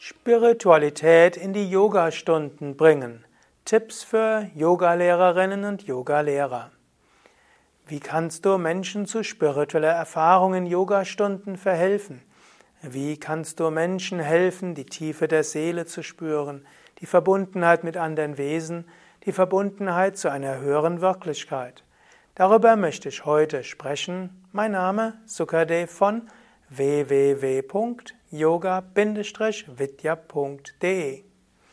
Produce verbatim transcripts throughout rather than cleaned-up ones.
Spiritualität in die Yogastunden bringen. Tipps für Yogalehrerinnen und Yogalehrer. Wie kannst du Menschen zu spiritueller Erfahrung in Yogastunden verhelfen? Wie kannst du Menschen helfen, die Tiefe der Seele zu spüren, die Verbundenheit mit anderen Wesen, die Verbundenheit zu einer höheren Wirklichkeit? Darüber möchte ich heute sprechen. Mein Name Sukadev von w w w punkt yoga vidya punkt de.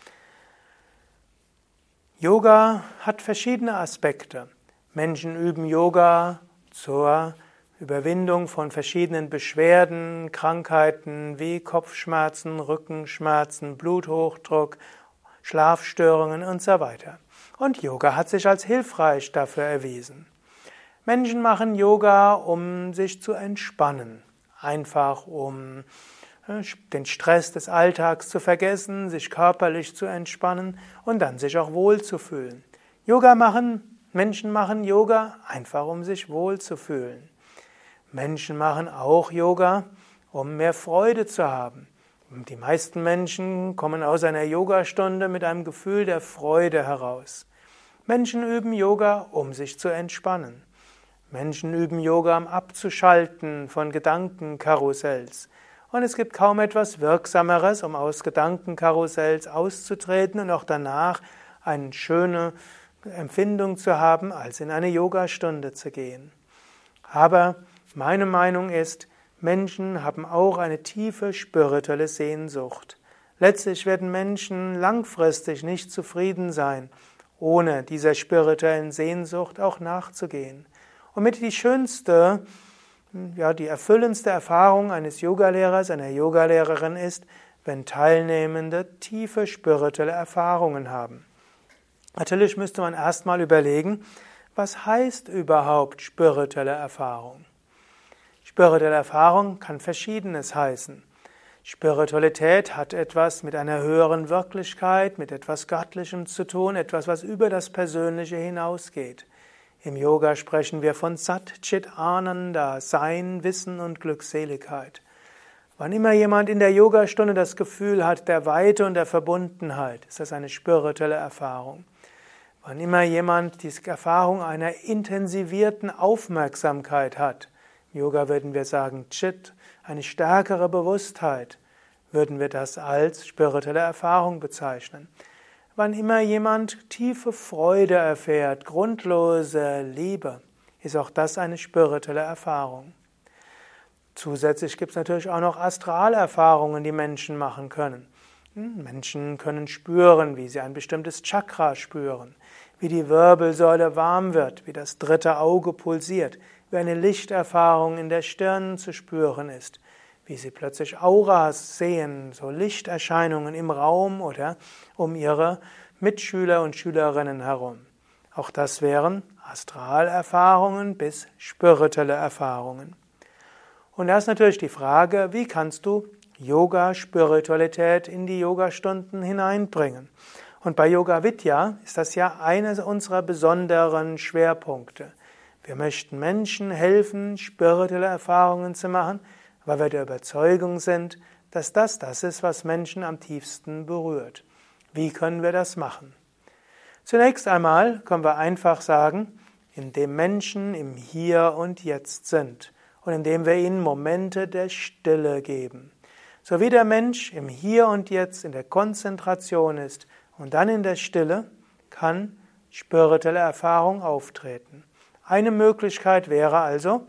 Yoga hat verschiedene Aspekte. Menschen üben Yoga zur Überwindung von verschiedenen Beschwerden, Krankheiten wie Kopfschmerzen, Rückenschmerzen, Bluthochdruck, Schlafstörungen und so weiter. Und Yoga hat sich als hilfreich dafür erwiesen. Menschen machen Yoga, um sich zu entspannen, einfach um den Stress des Alltags zu vergessen, sich körperlich zu entspannen und dann sich auch wohlzufühlen. Yoga machen, Menschen machen Yoga einfach, um sich wohlzufühlen. Menschen machen auch Yoga, um mehr Freude zu haben. Die meisten Menschen kommen aus einer Yogastunde mit einem Gefühl der Freude heraus. Menschen üben Yoga, um sich zu entspannen. Menschen üben Yoga, um abzuschalten von Gedankenkarussells. Und es gibt kaum etwas Wirksameres, um aus Gedankenkarussells auszutreten und auch danach eine schöne Empfindung zu haben, als in eine Yogastunde zu gehen. Aber meine Meinung ist, Menschen haben auch eine tiefe spirituelle Sehnsucht. Letztlich werden Menschen langfristig nicht zufrieden sein, ohne dieser spirituellen Sehnsucht auch nachzugehen. Und mit die schönste, ja, die erfüllendste Erfahrung eines Yogalehrers, einer Yogalehrerin ist, wenn Teilnehmende tiefe spirituelle Erfahrungen haben. Natürlich müsste man erstmal überlegen, was heißt überhaupt spirituelle Erfahrung? Spirituelle Erfahrung kann Verschiedenes heißen. Spiritualität hat etwas mit einer höheren Wirklichkeit, mit etwas Göttlichem zu tun, etwas, was über das Persönliche hinausgeht. Im Yoga sprechen wir von Sat Chit Ananda, Sein, Wissen und Glückseligkeit. Wann immer jemand in der Yogastunde das Gefühl hat der Weite und der Verbundenheit, ist das eine spirituelle Erfahrung. Wann immer jemand die Erfahrung einer intensivierten Aufmerksamkeit hat, im Yoga würden wir sagen Chit, eine stärkere Bewusstheit, würden wir das als spirituelle Erfahrung bezeichnen. Wann immer jemand tiefe Freude erfährt, grundlose Liebe, ist auch das eine spirituelle Erfahrung. Zusätzlich gibt es natürlich auch noch Astralerfahrungen, die Menschen machen können. Menschen können spüren, wie sie ein bestimmtes Chakra spüren, wie die Wirbelsäule warm wird, wie das dritte Auge pulsiert, wie eine Lichterfahrung in der Stirn zu spüren ist, wie sie plötzlich Auras sehen, so Lichterscheinungen im Raum oder um ihre Mitschüler und Schülerinnen herum. Auch das wären Astralerfahrungen bis spirituelle Erfahrungen. Und da ist natürlich die Frage, wie kannst du Yoga, Spiritualität in die Yogastunden hineinbringen? Und bei Yoga Vidya ist das ja einer unserer besonderen Schwerpunkte. Wir möchten Menschen helfen, spirituelle Erfahrungen zu machen, weil wir der Überzeugung sind, dass das das ist, was Menschen am tiefsten berührt. Wie können wir das machen? Zunächst einmal können wir einfach sagen, indem Menschen im Hier und Jetzt sind und indem wir ihnen Momente der Stille geben. So wie der Mensch im Hier und Jetzt in der Konzentration ist und dann in der Stille, kann spirituelle Erfahrung auftreten. Eine Möglichkeit wäre also,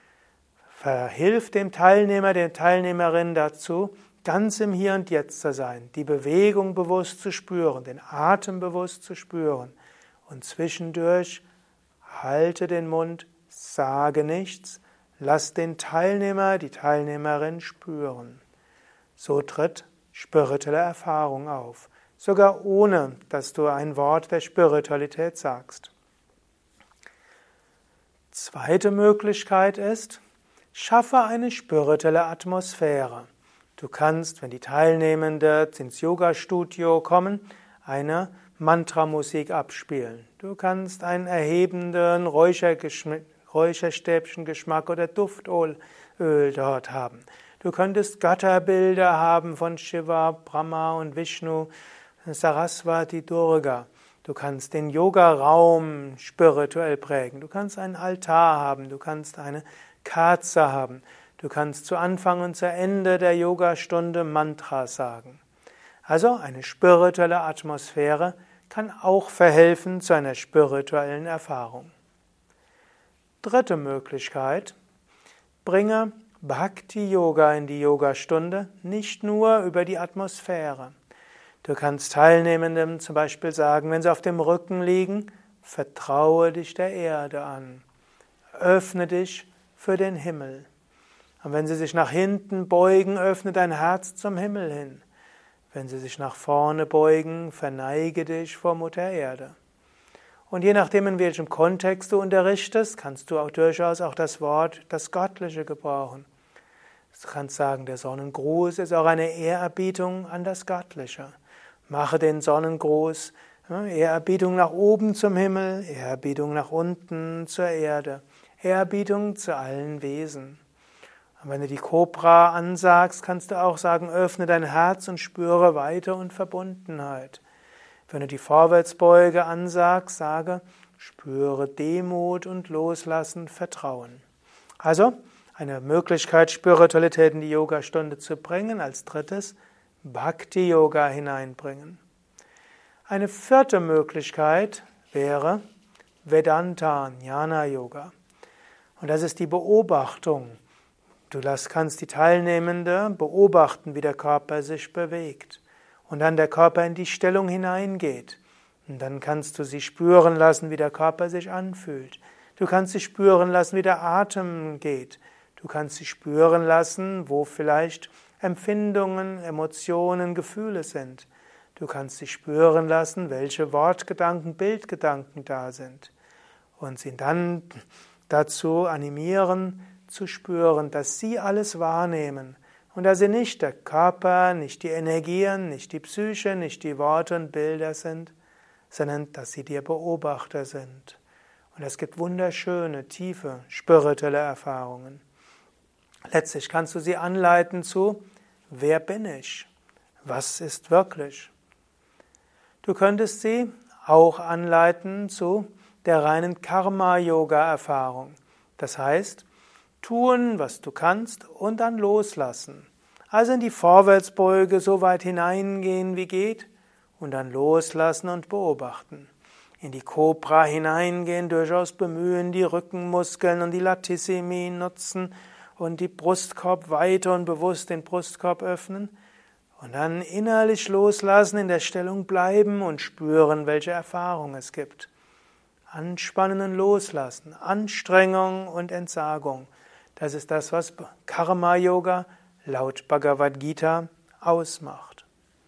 verhilf dem Teilnehmer, der Teilnehmerin dazu, ganz im Hier und Jetzt zu sein, die Bewegung bewusst zu spüren, den Atem bewusst zu spüren und zwischendurch halte den Mund, sage nichts, lass den Teilnehmer, die Teilnehmerin spüren. So tritt spirituelle Erfahrung auf, sogar ohne, dass du ein Wort der Spiritualität sagst. Zweite Möglichkeit ist, schaffe eine spirituelle Atmosphäre. Du kannst, wenn die Teilnehmenden ins Yoga-Studio kommen, eine Mantramusik abspielen. Du kannst einen erhebenden Räucherstäbchengeschmack oder Duftöl dort haben. Du könntest Götterbilder haben von Shiva, Brahma und Vishnu, Saraswati, Durga. Du kannst den Yoga-Raum spirituell prägen. Du kannst einen Altar haben, du kannst eine Kerze haben. Du kannst zu Anfang und zu Ende der Yogastunde Mantras sagen. Also eine spirituelle Atmosphäre kann auch verhelfen zu einer spirituellen Erfahrung. Dritte Möglichkeit: Bringe Bhakti-Yoga in die Yogastunde, nicht nur über die Atmosphäre. Du kannst Teilnehmenden zum Beispiel sagen, wenn sie auf dem Rücken liegen, vertraue dich der Erde an, öffne dich für den Himmel. Und wenn sie sich nach hinten beugen, öffne dein Herz zum Himmel hin. Wenn sie sich nach vorne beugen, verneige dich vor Mutter Erde. Und je nachdem, in welchem Kontext du unterrichtest, kannst du auch durchaus auch das Wort, das Göttliche gebrauchen. Du kannst sagen, der Sonnengruß ist auch eine Ehrerbietung an das Göttliche. Mache den Sonnengruß, Ehrerbietung nach oben zum Himmel, Ehrerbietung nach unten zur Erde, Ehrerbietung zu allen Wesen. Und wenn du die Kobra ansagst, kannst du auch sagen, öffne dein Herz und spüre Weite und Verbundenheit. Wenn du die Vorwärtsbeuge ansagst, sage, spüre Demut und Loslassen, Vertrauen. Also, eine Möglichkeit, Spiritualität in die Yogastunde zu bringen. Als drittes, Bhakti-Yoga hineinbringen. Eine vierte Möglichkeit wäre Vedanta, Jnana-Yoga. Und das ist die Beobachtung. Du kannst die Teilnehmende beobachten, wie der Körper sich bewegt. Und dann der Körper in die Stellung hineingeht. Und dann kannst du sie spüren lassen, wie der Körper sich anfühlt. Du kannst sie spüren lassen, wie der Atem geht. Du kannst sie spüren lassen, wo vielleicht Empfindungen, Emotionen, Gefühle sind. Du kannst sie spüren lassen, welche Wortgedanken, Bildgedanken da sind. Und sie dann dazu animieren, zu spüren, dass sie alles wahrnehmen. Und dass sie nicht der Körper, nicht die Energien, nicht die Psyche, nicht die Worte und Bilder sind, sondern dass sie dir Beobachter sind. Und es gibt wunderschöne, tiefe, spirituelle Erfahrungen. Letztlich kannst du sie anleiten zu: Wer bin ich? Was ist wirklich? Du könntest sie auch anleiten zu der reinen Karma-Yoga-Erfahrung. Das heißt, tun, was du kannst und dann loslassen. Also in die Vorwärtsbeuge so weit hineingehen, wie geht, und dann loslassen und beobachten. In die Kobra hineingehen, durchaus bemühen, die Rückenmuskeln und die Latissimi nutzen und die Brustkorbweite und bewusst den Brustkorb öffnen und dann innerlich loslassen, in der Stellung bleiben und spüren, welche Erfahrung es gibt. Anspannen und loslassen, Anstrengung und Entsagung. Das ist das, was Karma-Yoga laut Bhagavad Gita ausmacht.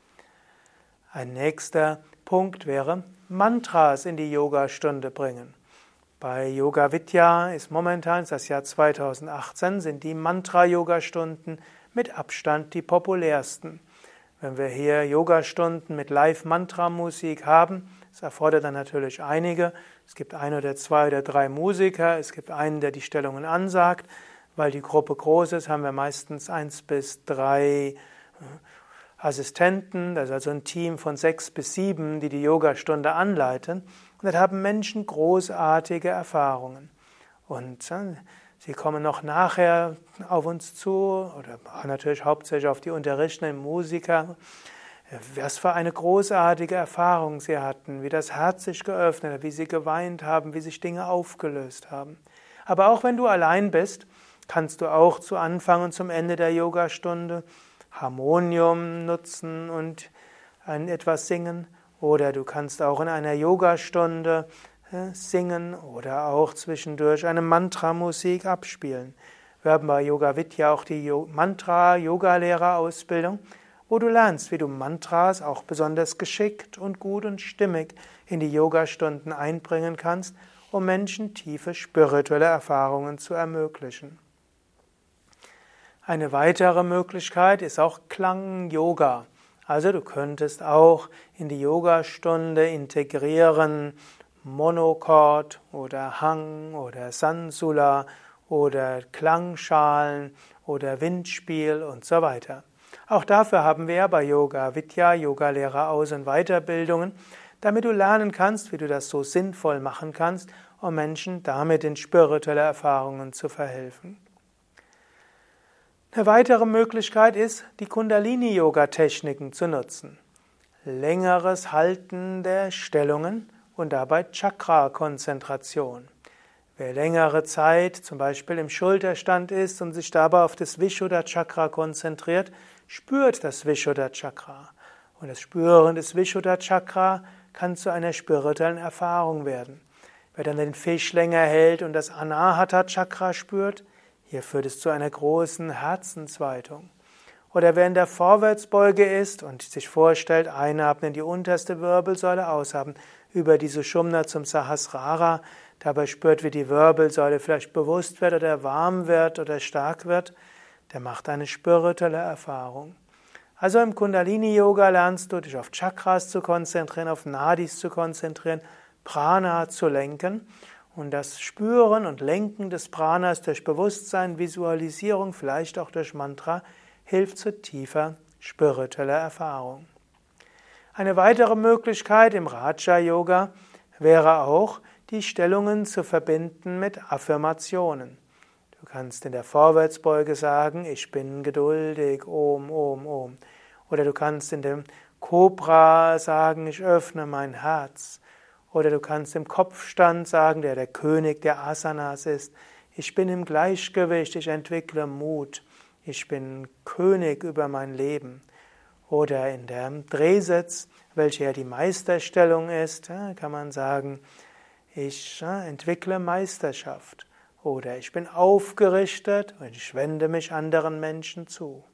Ein nächster Punkt wäre, Mantras in die Yogastunde bringen. Bei Yoga Vidya ist momentan, das Jahr zweitausendachtzehn, sind die Mantra-Yogastunden mit Abstand die populärsten. Wenn wir hier Yogastunden mit Live-Mantra-Musik haben, das erfordert dann natürlich einige. Es gibt ein oder zwei oder drei Musiker, es gibt einen, der die Stellungen ansagt. Weil die Gruppe groß ist, haben wir meistens eins bis drei Assistenten, das ist also ein Team von sechs bis sieben, die die Yogastunde anleiten. Und dort haben Menschen großartige Erfahrungen. Und sie kommen noch nachher auf uns zu, oder natürlich hauptsächlich auf die unterrichtenden Musiker, was für eine großartige Erfahrung sie hatten, wie das Herz sich geöffnet hat, wie sie geweint haben, wie sich Dinge aufgelöst haben. Aber auch wenn du allein bist, kannst du auch zu Anfang und zum Ende der Yogastunde Harmonium nutzen und etwas singen. Oder du kannst auch in einer Yogastunde singen oder auch zwischendurch eine Mantra-Musik abspielen. Wir haben bei Yoga Vidya auch die Mantra-Yoga-Lehrerausbildung, wo du lernst, wie du Mantras auch besonders geschickt und gut und stimmig in die Yogastunden einbringen kannst, um Menschen tiefe spirituelle Erfahrungen zu ermöglichen. Eine weitere Möglichkeit ist auch Klang-Yoga. Also du könntest auch in die Yogastunde integrieren Monochord oder Hang oder Sansula oder Klangschalen oder Windspiel und so weiter. Auch dafür haben wir ja bei Yoga Vidya, Yogalehrer Aus- und Weiterbildungen, damit du lernen kannst, wie du das so sinnvoll machen kannst, um Menschen damit in spirituelle Erfahrungen zu verhelfen. Eine weitere Möglichkeit ist, die Kundalini-Yoga-Techniken zu nutzen. Längeres Halten der Stellungen und dabei Chakra-Konzentration. Wer längere Zeit zum Beispiel im Schulterstand ist und sich dabei auf das Vishuddha-Chakra konzentriert, spürt das Vishuddha-Chakra. Und das Spüren des Vishuddha-Chakra kann zu einer spirituellen Erfahrung werden. Wer dann den Fisch länger hält und das Anahata-Chakra spürt, hier führt es zu einer großen Herzensweitung. Oder wer in der Vorwärtsbeuge ist und sich vorstellt, einatmen in die unterste Wirbelsäule, ausatmen über die Sushumna zum Sahasrara, dabei spürt, wie die Wirbelsäule vielleicht bewusst wird oder warm wird oder stark wird, der macht eine spirituelle Erfahrung. Also im Kundalini-Yoga lernst du, dich auf Chakras zu konzentrieren, auf Nadis zu konzentrieren, Prana zu lenken. Und das Spüren und Lenken des Pranas durch Bewusstsein, Visualisierung, vielleicht auch durch Mantra, hilft zu tiefer spiritueller Erfahrung. Eine weitere Möglichkeit im Raja-Yoga wäre auch, die Stellungen zu verbinden mit Affirmationen. Du kannst in der Vorwärtsbeuge sagen, ich bin geduldig, Om, Om, Om. Oder du kannst in dem Kobra sagen, ich öffne mein Herz. Oder du kannst im Kopfstand sagen, der der König der Asanas ist, ich bin im Gleichgewicht, ich entwickle Mut, ich bin König über mein Leben. Oder in der Drehsitz, welche ja die Meisterstellung ist, kann man sagen, ich entwickle Meisterschaft. Oder ich bin aufgerichtet und ich wende mich anderen Menschen zu.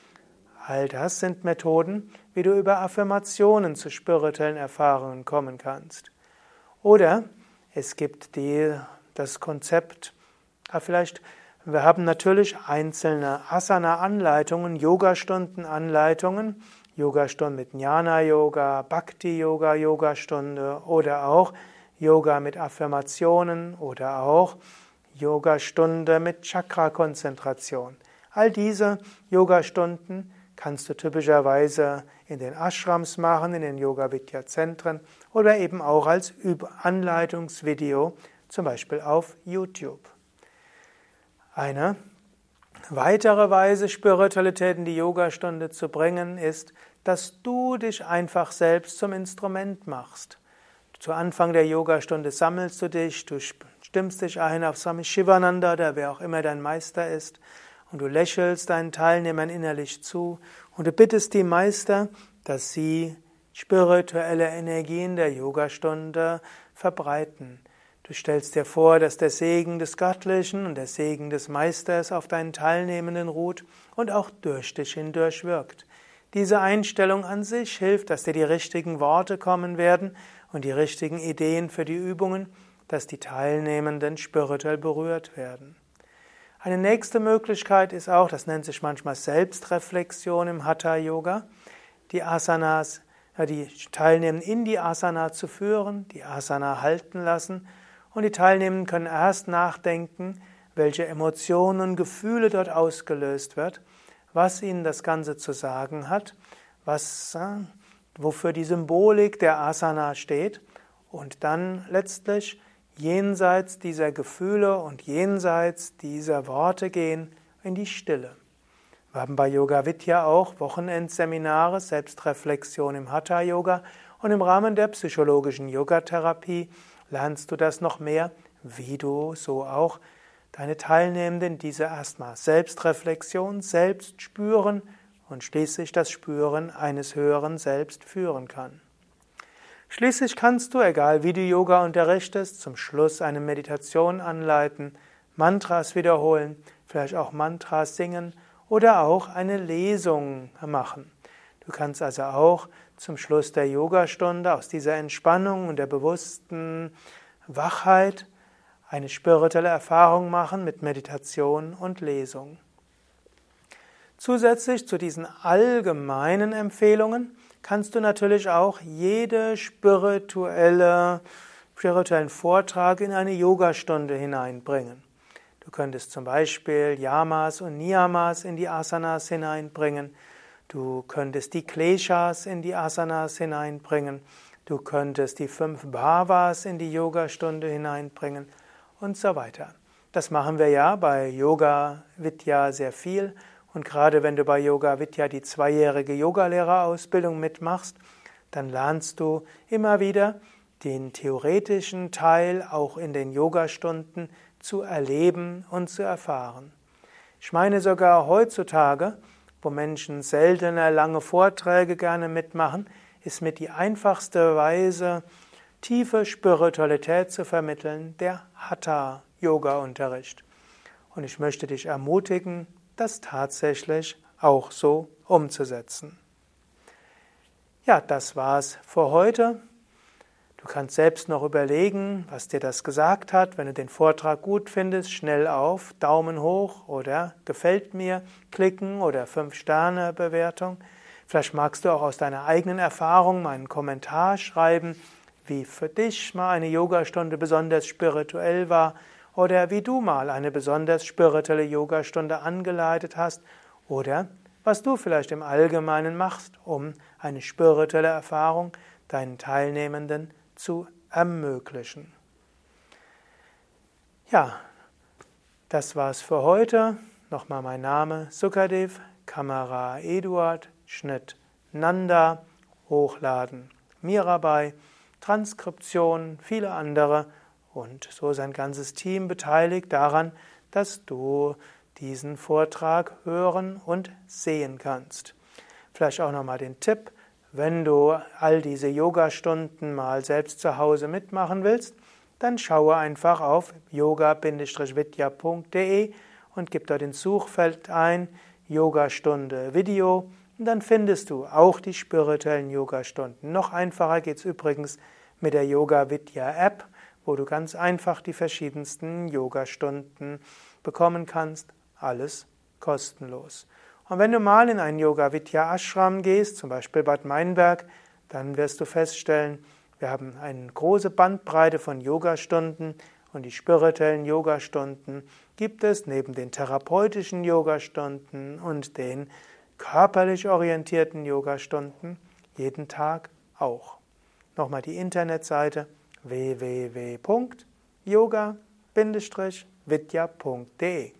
All das sind Methoden, wie du über Affirmationen zu spirituellen Erfahrungen kommen kannst. Oder es gibt die, das Konzept, vielleicht, wir haben natürlich einzelne Asana-Anleitungen, Yogastunden-Anleitungen, Yogastunden mit Jnana-Yoga, Bhakti-Yoga, Yogastunde oder auch Yoga mit Affirmationen oder auch Yogastunde mit Chakra-Konzentration. All diese Yogastunden kannst du typischerweise in den Ashrams machen, in den Yoga-Vidya-Zentren oder eben auch als Anleitungsvideo, zum Beispiel auf YouTube. Eine weitere Weise, Spiritualität in die Yogastunde zu bringen, ist, dass du dich einfach selbst zum Instrument machst. Zu Anfang der Yogastunde sammelst du dich, du stimmst dich ein auf Swami Shivananda oder wer auch immer dein Meister ist, und du lächelst deinen Teilnehmern innerlich zu und du bittest die Meister, dass sie spirituelle Energien der Yogastunde verbreiten. Du stellst dir vor, dass der Segen des Göttlichen und der Segen des Meisters auf deinen Teilnehmenden ruht und auch durch dich hindurch wirkt. Diese Einstellung an sich hilft, dass dir die richtigen Worte kommen werden und die richtigen Ideen für die Übungen, dass die Teilnehmenden spirituell berührt werden. Eine nächste Möglichkeit ist auch, das nennt sich manchmal Selbstreflexion im Hatha-Yoga, die Asanas, die Teilnehmenden in die Asana zu führen, die Asana halten lassen und die Teilnehmenden können erst nachdenken, welche Emotionen und Gefühle dort ausgelöst wird, was ihnen das Ganze zu sagen hat, was, wofür die Symbolik der Asana steht und dann letztlich jenseits dieser Gefühle und jenseits dieser Worte gehen in die Stille. Wir haben bei Yoga Vidya auch Wochenendseminare, Selbstreflexion im Hatha-Yoga und im Rahmen der psychologischen Yogatherapie lernst du das noch mehr, wie du so auch deine Teilnehmenden diese erstmal Selbstreflexion, selbst spüren und schließlich das Spüren eines höheren Selbst führen kann. Schließlich kannst du, egal wie du Yoga unterrichtest, zum Schluss eine Meditation anleiten, Mantras wiederholen, vielleicht auch Mantras singen oder auch eine Lesung machen. Du kannst also auch zum Schluss der Yogastunde aus dieser Entspannung und der bewussten Wachheit eine spirituelle Erfahrung machen mit Meditation und Lesung. Zusätzlich zu diesen allgemeinen Empfehlungen kannst du natürlich auch jede spirituelle, spirituellen Vortrag in eine Yogastunde hineinbringen. Du Du könntest zum Beispiel Yamas und Niyamas in die Asanas hineinbringen. Du könntest die Kleshas in die Asanas hineinbringen. Du könntest die fünf Bhavas in die Yogastunde hineinbringen und so weiter. Das machen wir ja bei Yoga Vidya sehr viel. Und gerade wenn du bei Yoga Vidya die zweijährige Yogalehrerausbildung mitmachst, dann lernst du immer wieder den theoretischen Teil auch in den Yogastunden zu erleben und zu erfahren. Ich meine sogar heutzutage, wo Menschen seltener lange Vorträge gerne mitmachen, ist mit die einfachste Weise, tiefe Spiritualität zu vermitteln, der Hatha-Yoga-Unterricht. Und ich möchte dich ermutigen, das tatsächlich auch so umzusetzen. Ja, das war's für heute. Du kannst selbst noch überlegen, was dir das gesagt hat. Wenn du den Vortrag gut findest, schnell auf Daumen hoch oder gefällt mir klicken oder fünf Sterne Bewertung. Vielleicht magst du auch aus deiner eigenen Erfahrung mal einen Kommentar schreiben, wie für dich mal eine Yogastunde besonders spirituell war oder wie du mal eine besonders spirituelle Yogastunde angeleitet hast oder was du vielleicht im Allgemeinen machst, um eine spirituelle Erfahrung deinen Teilnehmenden zu ermöglichen. Ja, das war's für heute. Nochmal mein Name Sukadev, Kamera Eduard, Schnitt Nanda, Hochladen Mirabai, Transkription, viele andere und so ist ein ganzes Team beteiligt daran, dass du diesen Vortrag hören und sehen kannst. Vielleicht auch nochmal den Tipp, wenn du all diese Yogastunden mal selbst zu Hause mitmachen willst, dann schaue einfach auf yoga vidya punkt de und gib dort ins Suchfeld ein Yogastunde Video und dann findest du auch die spirituellen Yogastunden. Noch einfacher geht es übrigens mit der Yoga Vidya App, wo du ganz einfach die verschiedensten Yogastunden bekommen kannst. Alles kostenlos. Und wenn du mal in einen Yoga Vidya Ashram gehst, zum Beispiel Bad Meinberg, dann wirst du feststellen, wir haben eine große Bandbreite von Yogastunden und die spirituellen Yogastunden gibt es neben den therapeutischen Yogastunden und den körperlich orientierten Yogastunden jeden Tag auch. Nochmal die Internetseite w w w punkt yoga vidya punkt de